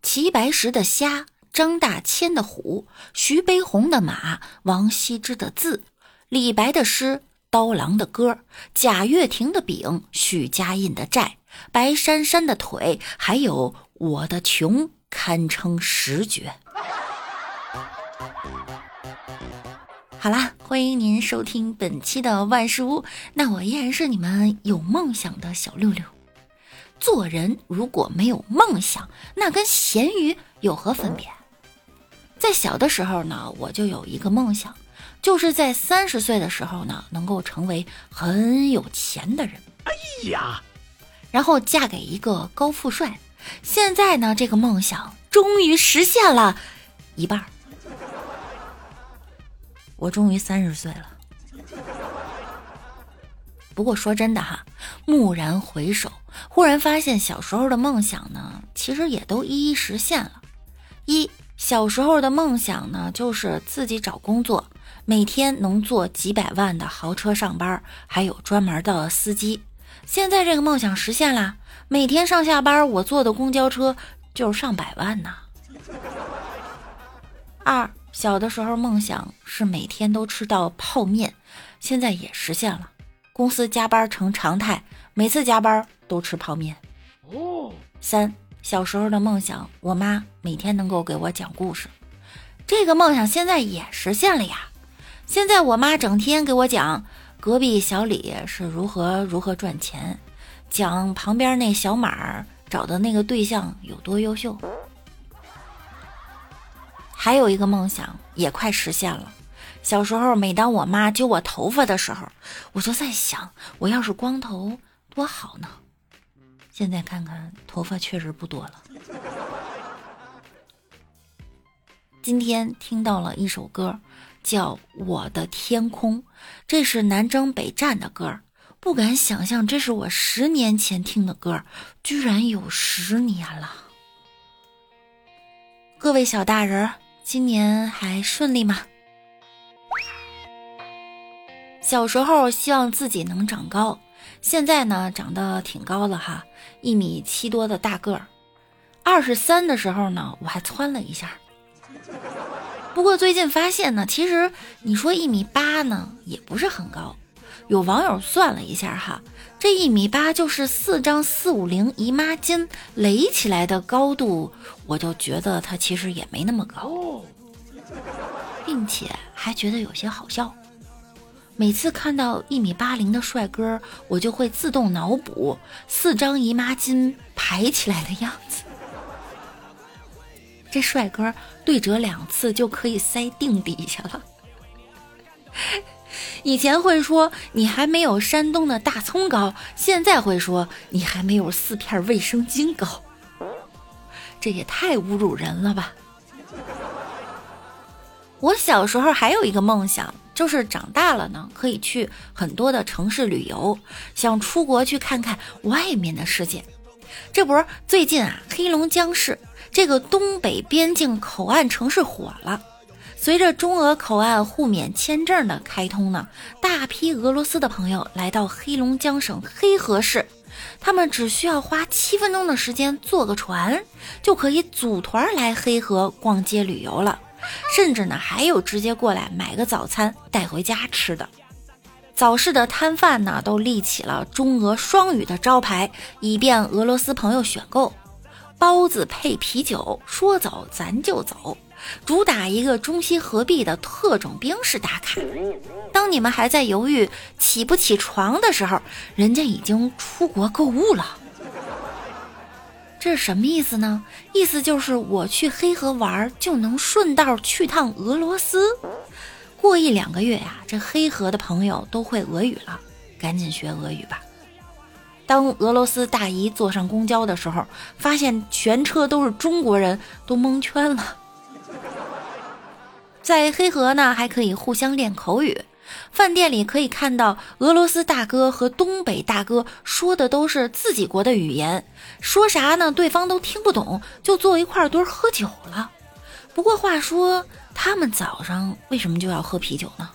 齐白石的虾，张大千的虎，徐悲鸿的马，王羲之的字，李白的诗，刀郎的歌，贾跃亭的饼，许家印的债，白珊珊的腿，还有我的穷，堪称十绝。好啦，欢迎您收听本期的万事屋，那我依然是你们有梦想的小六六。做人如果没有梦想，那跟咸鱼有何分别？在小的时候呢，我就有一个梦想，就是在30岁的时候呢，能够成为很有钱的人。哎呀，然后嫁给一个高富帅。现在呢，这个梦想终于实现了一半。我终于30岁了。不过说真的哈，蓦然回首，忽然发现小时候的梦想呢，其实也都一一实现了。小时候的梦想呢，就是自己找工作，每天能坐几百万的豪车上班，还有专门的司机。现在这个梦想实现了，每天上下班我坐的公交车就是上百万呢。小的时候梦想是每天都吃到泡面，现在也实现了，公司加班成常态，每次加班都吃泡面。小时候的梦想，我妈每天能够给我讲故事，这个梦想现在也实现了呀。现在我妈整天给我讲隔壁小李是如何赚钱，讲旁边那小马找的那个对象有多优秀。还有一个梦想也快实现了，小时候每当我妈揪我头发的时候，我就在想，我要是光头多好呢。现在看看头发确实不多了。今天听到了一首歌叫《我的天空》，这是南征北战的歌，不敢想象这是我10年前听的歌，居然有10年了。各位小大人，今年还顺利吗？小时候希望自己能长高，现在呢长得挺高了哈，1.7米多的大个儿。23的时候呢，我还蹿了一下。不过最近发现呢，其实你说1.8米呢，也不是很高。有网友算了一下哈，这1.8米就是4张450姨妈巾垒起来的高度，我就觉得它其实也没那么高，并且还觉得有些好笑。每次看到1.80米的帅哥，我就会自动脑补4张姨妈巾排起来的样子。这帅哥对折2次就可以塞腚底下了。以前会说你还没有山东的大葱高，现在会说你还没有4片卫生巾高，这也太侮辱人了吧。我小时候还有一个梦想，就是长大了呢，可以去很多的城市旅游，想出国去看看外面的世界。这不是最近啊，黑龙江市这个东北边境口岸城市火了。随着中俄口岸互免签证的开通呢，大批俄罗斯的朋友来到黑龙江省黑河市，他们只需要花7分钟的时间坐个船，就可以组团来黑河逛街旅游了。甚至呢，还有直接过来买个早餐带回家吃的。早市的摊贩呢，都立起了中俄双语的招牌，以便俄罗斯朋友选购。包子配啤酒，说走咱就走，主打一个中西合璧的特种兵式打卡。当你们还在犹豫起不起床的时候，人家已经出国购物了。这是什么意思呢？意思就是我去黑河玩就能顺道去趟俄罗斯。过1-2个月呀，这黑河的朋友都会俄语了，赶紧学俄语吧。当俄罗斯大姨坐上公交的时候，发现全车都是中国人，都蒙圈了。在黑河呢，还可以互相练口语。饭店里可以看到俄罗斯大哥和东北大哥说的都是自己国的语言，说啥呢对方都听不懂，就坐一块堆喝酒了。不过话说，他们早上为什么就要喝啤酒呢？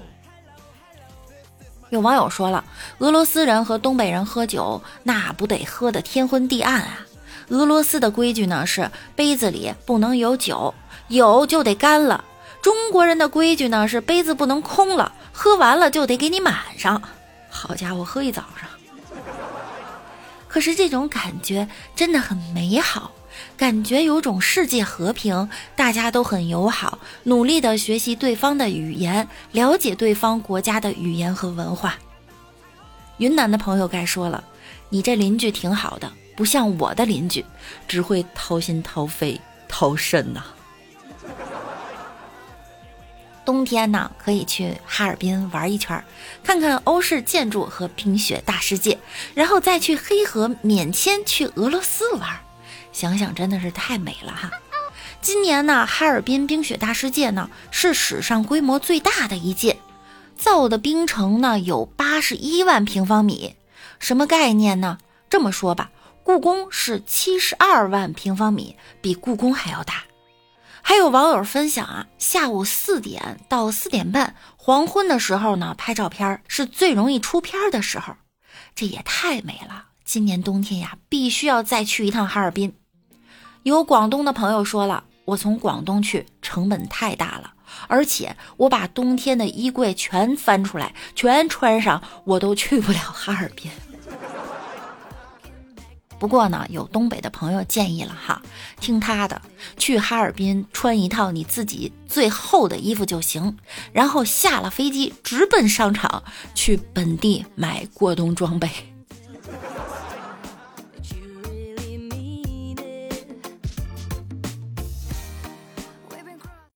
有网友说了，俄罗斯人和东北人喝酒，那不得喝得天昏地暗啊。 俄罗斯的规矩呢是杯子里不能有酒，有就得干了。中国人的规矩呢是杯子不能空了，喝完了就得给你满上。好家伙，喝一早上。可是这种感觉真的很美好，感觉有种世界和平，大家都很友好，努力地学习对方的语言，了解对方国家的语言和文化。云南的朋友该说了，你这邻居挺好的，不像我的邻居，只会掏心掏肺掏肾呐。冬天呢，可以去哈尔滨玩一圈，看看欧式建筑和冰雪大世界，然后再去黑河免签去俄罗斯玩，想想真的是太美了哈。今年呢，哈尔滨冰雪大世界呢是史上规模最大的一届，造的冰城呢有81万平方米。什么概念呢？这么说吧，故宫是72万平方米，比故宫还要大。还有网友分享啊，下午4点到4点半黄昏的时候呢，拍照片是最容易出片的时候，这也太美了。今年冬天呀，必须要再去一趟哈尔滨。有广东的朋友说了，我从广东去成本太大了，而且我把冬天的衣柜全翻出来全穿上，我都去不了哈尔滨。不过呢，有东北的朋友建议了哈，听他的，去哈尔滨穿一套你自己最厚的衣服就行，然后下了飞机直奔商场去本地买过冬装备。